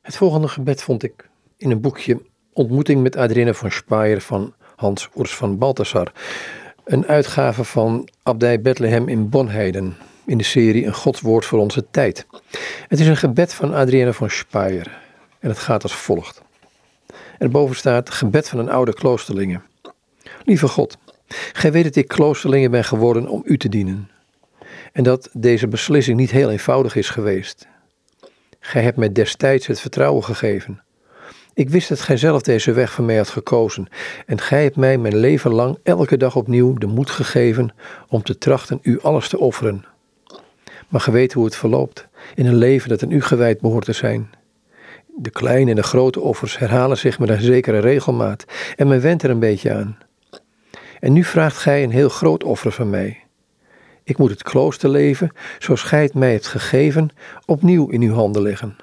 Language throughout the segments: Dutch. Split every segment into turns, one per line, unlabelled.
Het volgende gebed vond ik in een boekje Ontmoeting met Adrienne von Speyer van Hans Urs van Balthasar. Een uitgave van Abdij Bethlehem in Bonheiden in de serie Een Godswoord voor onze tijd. Het is een gebed van Adrienne von Speyer en het gaat als volgt. Erboven staat gebed van een oude kloosterlinge. Lieve God, gij weet dat ik kloosterlinge ben geworden om u te dienen. En dat deze beslissing niet heel eenvoudig is geweest. Gij hebt mij destijds het vertrouwen gegeven. Ik wist dat gij zelf deze weg voor mij had gekozen en gij hebt mij mijn leven lang elke dag opnieuw de moed gegeven om te trachten u alles te offeren. Maar gij weet hoe het verloopt in een leven dat aan u gewijd behoort te zijn. De kleine en de grote offers herhalen zich met een zekere regelmaat en men went er een beetje aan. En nu vraagt gij een heel groot offer van mij. Ik moet het kloosterleven, zoals gij het mij hebt gegeven, opnieuw in uw handen leggen.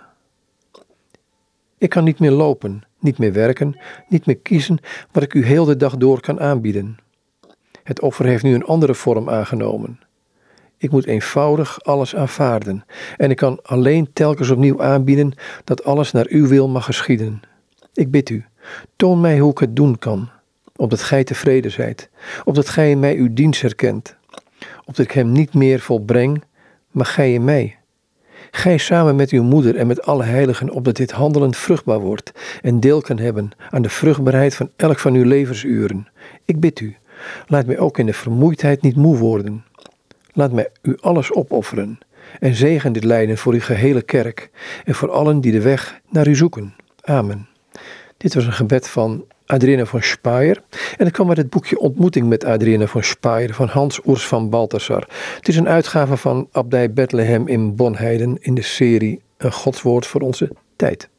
Ik kan niet meer lopen, niet meer werken, niet meer kiezen wat ik u heel de dag door kan aanbieden. Het offer heeft nu een andere vorm aangenomen. Ik moet eenvoudig alles aanvaarden en ik kan alleen telkens opnieuw aanbieden dat alles naar uw wil mag geschieden. Ik bid u, toon mij hoe ik het doen kan, opdat gij tevreden zijt, opdat gij in mij uw dienst herkent, opdat ik hem niet meer volbreng, maar gij in mij. Gij samen met uw moeder en met alle heiligen, opdat dit handelen vruchtbaar wordt en deel kan hebben aan de vruchtbaarheid van elk van uw levensuren. Ik bid u, laat mij ook in de vermoeidheid niet moe worden. Laat mij u alles opofferen en zegen dit lijden voor uw gehele kerk en voor allen die de weg naar u zoeken. Amen. Dit was een gebed van Adrienne von Speyer en het kwam uit het boekje Ontmoeting met Adrienne von Speyer van Hans Urs van Balthasar. Het is een uitgave van Abdij Bethlehem in Bonheiden in de serie Een Godswoord voor onze tijd.